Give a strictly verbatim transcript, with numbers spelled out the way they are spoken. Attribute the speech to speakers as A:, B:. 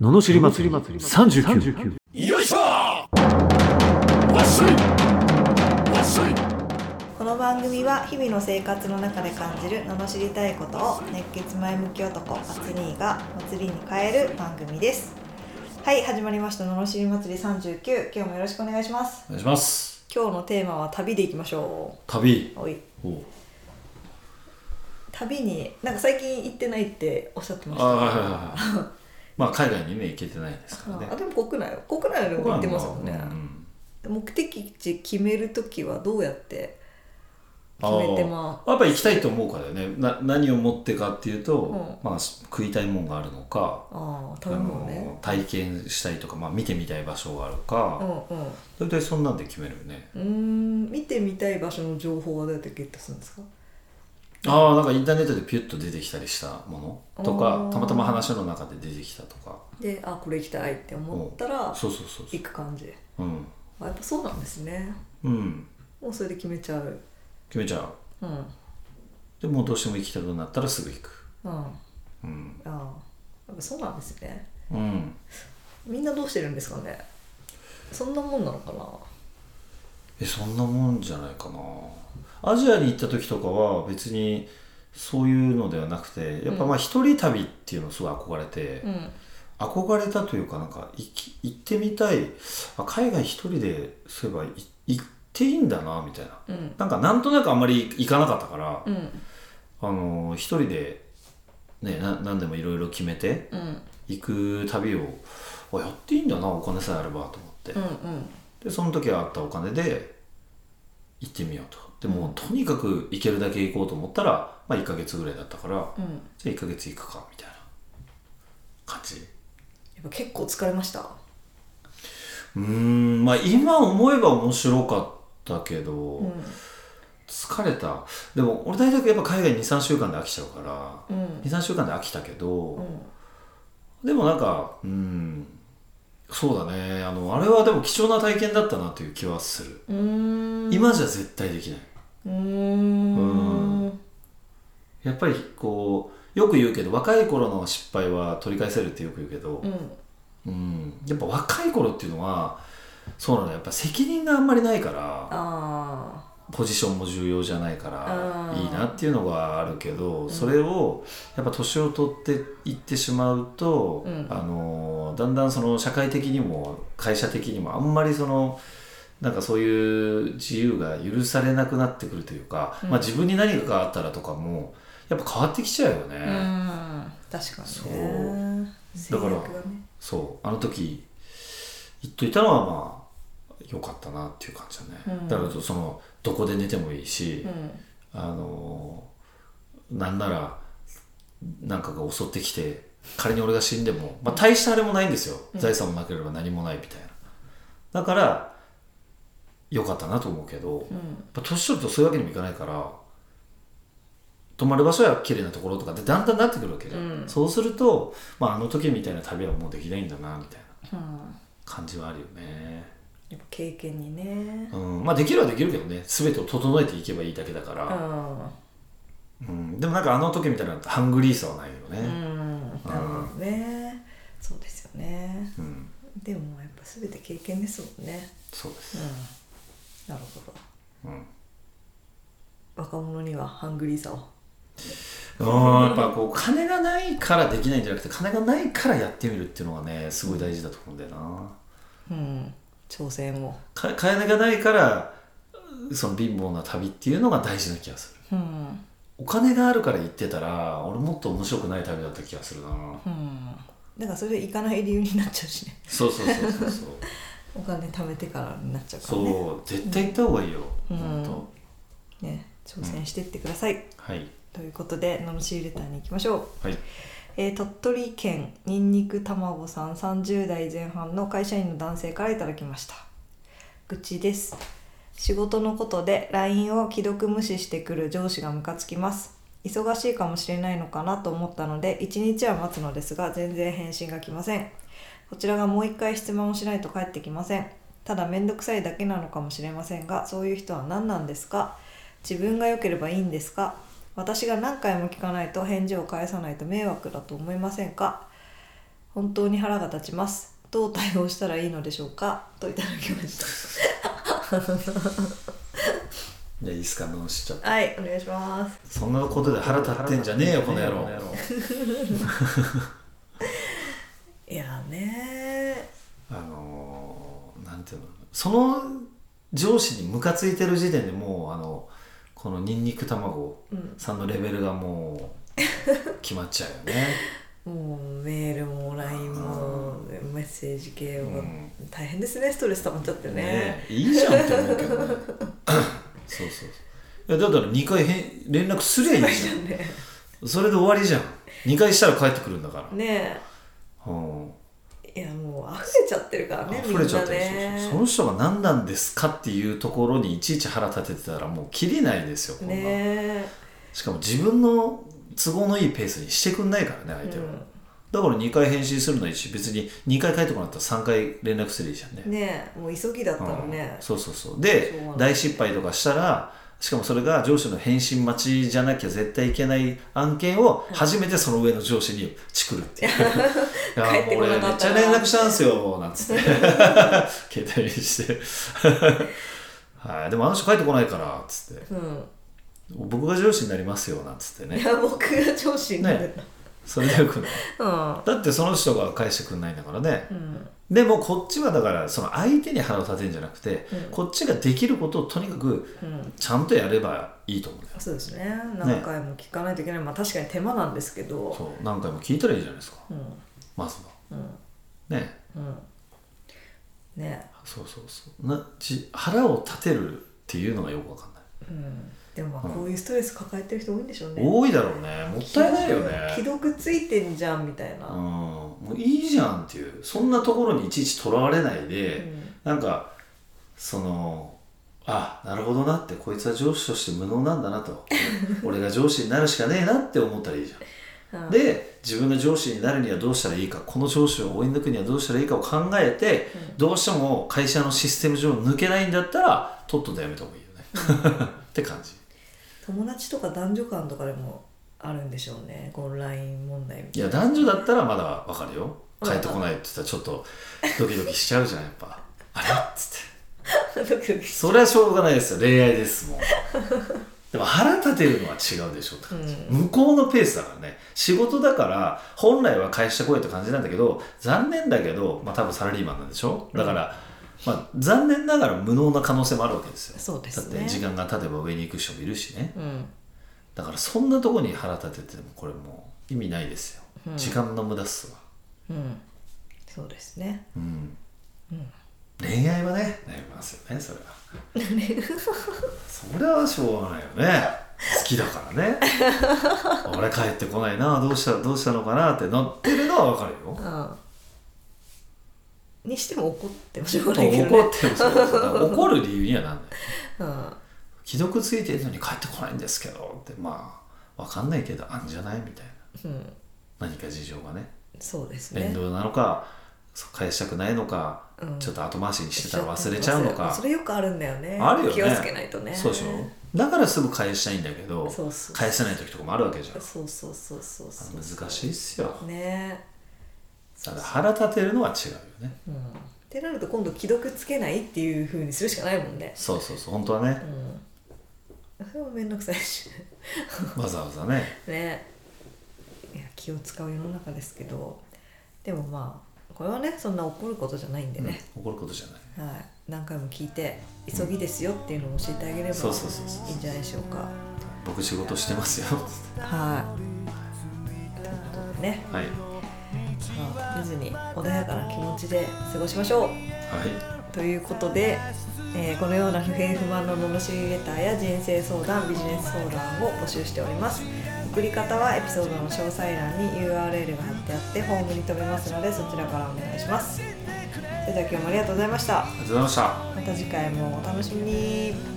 A: ののしり祭りさんじゅうきゅう。
B: よいしょわっしょいわっしょい。
C: この番組は日々の生活の中で感じる罵りたいことを熱血前向き男アツニーが祭りに変える番組です。はい、始まりました罵り祭りさんじゅうきゅう。今日もよろしくお願いします。
B: お願いします。
C: 今日のテーマは旅でいきましょう。
B: 旅。
C: おい
B: お
C: 旅になんか最近行ってないっておっしゃってました。
B: あ、はいはいはいまあ海外にね行けてないですからね。
C: あでも国内国内でも行ってますもんね、うん、目的地決めるときはどうやって決めてま
B: あやっぱり行きたいと思うからね。な何を持ってかっていうと、
C: うん
B: まあ食いたいもんがあるのか、
C: あ食べ物ね、
B: 体験したいとか、まあ、見てみたい場所があるか、
C: うんうん、
B: 大体そんなんで決めるよね。
C: うーん見てみたい場所の情報はどうやってゲットするんですか？
B: ああなんかインターネットでピュッと出てきたりしたものとか、たまたま話の中で出てきたとか
C: で、あこれ行きたいって思ったら
B: そうそうそうそう
C: 行く感じ。
B: うん、
C: あやっぱそうなんですね。
B: うん
C: もうそれで決めちゃう。
B: 決めちゃう。
C: うん
B: でもうどうしても行きたくなったらすぐ行く。
C: うん、
B: うん、
C: あやっぱそうなんですね。
B: うん、
C: みんなどうしてるんですかね。そんなもんなのかな。
B: えそんなもんじゃないかな。アジアに行った時とかは別にそういうのではなくて、やっぱまあ一人旅っていうのをすごい憧れて、
C: うん、
B: 憧れたというかなんか行き行ってみたい。あ海外一人でそういえば行っていいんだなみたいな、
C: うん、
B: なんかなんとなくあんまり行かなかったから、
C: うん、
B: あの一人でねな何でもいろいろ決めて行く旅を、あやっていいんだなお金さえあればと思って、
C: うんうん、
B: でその時あったお金で行ってみようと。でも、うん、とにかく行けるだけ行こうと思ったら、まあ、いっかげつぐらいだったから、うん、じゃあいっかげつ行くかみたいな感じ。
C: やっぱ結構疲れました？
B: うーんまあ今思えば面白かったけど、うん、疲れた。でも俺大体やっぱ海外 にさんしゅうかんで飽きちゃうから、うん、にさんしゅうかんで飽きたけど、うん、でもなんかうんそうだね あの、あれはでも貴重な体験だったなという気はする。うーん今じゃ絶対できない。うーんうんやっぱりこうよく言うけど若い頃の失敗は取り返せるってよく言うけど、うんうん、やっぱ若い頃っていうのはそうなのやっぱ責任があんまりないからあポジションも重要じゃないからいいなっていうのがあるけど、うん、それをやっぱ年を取っていってしまうと、うん、あのだんだんその社会的にも会社的にもあんまりそのなんかそういう自由が許されなくなってくるというか、うんまあ、自分に何かがあったらとかもやっぱ変わってきちゃうよね。
C: うん確かにね。
B: そうだから、ね、そうあの時言っといたのはまあ良かったなっていう感じだね、うん、だからそのどこで寝てもいいし、うん、あのなんならなんかが襲ってきて仮に俺が死んでも、まあ、大したあれもないんですよ、うん、財産もなければ何もないみたいな。だから良かったなと思うけど、うん、年取るとそういうわけにもいかないから泊まる場所や綺麗なところとかでだんだんなってくるわけじゃん、うん、そうすると、まあ、あの時みたいな旅はもうできないんだなみたいな感じはあるよね、
C: やっぱ経験にね、
B: うんまあ、できるはできるけどね全てを整えていけばいいだけだから、うん、でもなんかあの時みたいなハングリーさはないよね、うん、
C: なるほどね、そうですよね、うん、でもやっぱ全て経験ですもんね。
B: そうです、
C: うん、なるほど、うん、若者にはハングリーさを
B: うんやっぱこう金がないからできないんじゃなくて金がないからやってみるっていうのがねすごい大事だと思うんだよな、
C: うん、挑戦を
B: か金がないからその貧乏な旅っていうのが大事な気がする、うん、お金があるから行ってたら俺もっと面白くない旅だった気がするな、うん、
C: だからそれで行かない理由になっちゃうしね。
B: そうそうそうそうそう
C: お金貯めてからになっちゃうからね。
B: そう絶対行った方がいいよ、うん、本
C: 当ね挑戦していってください、うん、
B: はい
C: ということで罵りレターに行きましょう、
B: はい
C: えー、鳥取県にんにくたまごさんさんじゅう代前半の会社員の男性からいただきました。愚痴です。仕事のことで ライン を既読無視してくる上司がムカつきます。忙しいかもしれないのかなと思ったのでいちにちは待つのですが全然返信が来ません。こちらがもう一回質問をしないと返ってきません。ただめんどくさいだけなのかもしれませんがそういう人は何なんですか？自分が良ければいいんですか？私が何回も聞かないと返事を返さないと迷惑だと思いませんか？ 本当に腹が立ちます。どう対応したらいいのでしょうか、といただきました
B: じゃあいいっすか、のしちゃって。
C: はい、お願いします。
B: そんなことで腹立ってんじゃねえよこの野郎
C: いやね
B: あのー、なんていうの、その上司にムカついてる時点でもうあのこのニンニク卵さんのレベルがもう決まっちゃうよね
C: もうメールも ライン もメッセージ系も、
B: うん、
C: 大変ですね、ストレス溜まっちゃってね。
B: ねいいじゃんって思うけどねそうそうそう、いやだったらにかい連絡すりゃいいじゃん、ね、それで終わりじゃん。にかいしたら帰ってくるんだからねえ、うん、
C: いやもう溢れちゃってるからね、
B: 溢れちゃってる、
C: ね、
B: そうそう、その人が何なんですかっていうところにいちいち腹立ててたらもう切りないですよ、こんな、ね、しかも自分の都合のいいペースにしてくんないからね相手は、うん、だからにかい返信するのいいし、別ににかい返ってこなかったらさんかい連絡するいいじゃんね。
C: ねえ、もう急ぎだったらね、
B: うん、そうそうそう。で大失敗とかしたら、しかもそれが上司の返信待ちじゃなきゃ絶対いけない案件を初めてその上の上司にチクるっていういやもう俺めっちゃ連絡したんすよなんつって携帯にしてはい、でもあの人帰ってこないからっつって、うん、僕が上司になりますよなんつってね。
C: いや僕が上司になる、ね、
B: それでよくない、うん、だってその人が返してくんないんだからね、うん、でもこっちはだからその相手に腹を立てるんじゃなくて、うん、こっちができることをとにかくちゃんとやればいいと思うんだよ、
C: うん、そうですね。何回も聞かないといけない、ね、まあ確かに手間なんですけど、
B: そう何回も聞いたらいいじゃないですか、うん、まずは、うん、ね、うん、ね、そうそうそうなち腹を立てるっていうのがよくわかんない、うん、でもまあこういうストレス抱えてる人多いんでしょうね、うん、多いだろうね。もったいないよね。既読ついてんじゃんみたいな、うん、もういいじゃんっていう、そんなところにいちいちとらわれないで、うん、なんかそのあなるほどなって、こいつは上司として無能なんだなと俺が上司になるしかねえなって思ったらいいじゃん、うん、で自分が上司になるにはどうしたらいいか、この上司を追い抜くにはどうしたらいいかを考えて、うん、どうしても会社のシステム上抜けないんだったらとっととやめた方がいいよね、うん、って感じ。友達とか男女間とかでもあるんでしょうね、この ライン 問題みたいな。いや男女だったらまだわかるよ、帰ってこないって言ったらちょっとドキドキしちゃうじゃんやっぱあれっつってドキドキしちゃう。それはしょうがないですよ、恋愛ですもんでも腹立てるのは違うでしょって感じ、うん、向こうのペースだからね。仕事だから本来は返してこいって感じなんだけど、残念だけど、まあ多分サラリーマンなんでしょ、だから、うん、まあ、残念ながら無能な可能性もあるわけですよ。そうですね。だって時間が経てば上に行く人もいるしね、うん、だからそんなとこに腹立ててもこれもう意味ないですよ、うん、時間の無駄っすわ、うん、そうですね、うんうん、恋愛はね悩みますよね、それはそれはしょうがないよね、好きだからね俺帰ってこないな、どうしたどうしたのかなってなってるのは分かるよ、うん、にしても怒ってもしょうがないけどね。怒ってもしょうがない。怒る理由にはなんだよ、うん、既読ついてるのに帰ってこないんですけどって、まあ分かんないけどあんじゃないみたいな、うん、何か事情がね。そうですね。面倒なのか返したくないのか、うん、ちょっと後回しにしてたら忘れちゃうのか。それよくあるんだよね。あるよね。気をつけないとね。そうでしょ。だからすぐ返したいんだけど、そうそうそう、返せない時とかもあるわけじゃん。そうそうそうそうそう、難しいっすよね。ただ腹立てるのは違うよね、うん、ってなると今度既読つけないっていう風にするしかないもんね。そうそうそう、本当はね、うん、それもめんどくさいしわざわざねね、いや気を使う世の中ですけど、でもまあこれはねそんな怒ることじゃないんでね、うん、怒ることじゃない、はい、何回も聞いて急ぎですよっていうのを教えてあげればいいんじゃないでしょうか。僕仕事してますよはいということでね、はい、まあ、見ずに穏やかな気持ちで過ごしましょう、はい、ということで、えー、このような不平不満の罵りレターや人生相談、ビジネス相談を募集しております。送り方はエピソードの詳細欄に ユーアールエル が貼ってあってホームに飛べますので、そちらからお願いします。それでは今日もありがとうございました。ありがとうございました。また次回もお楽しみに。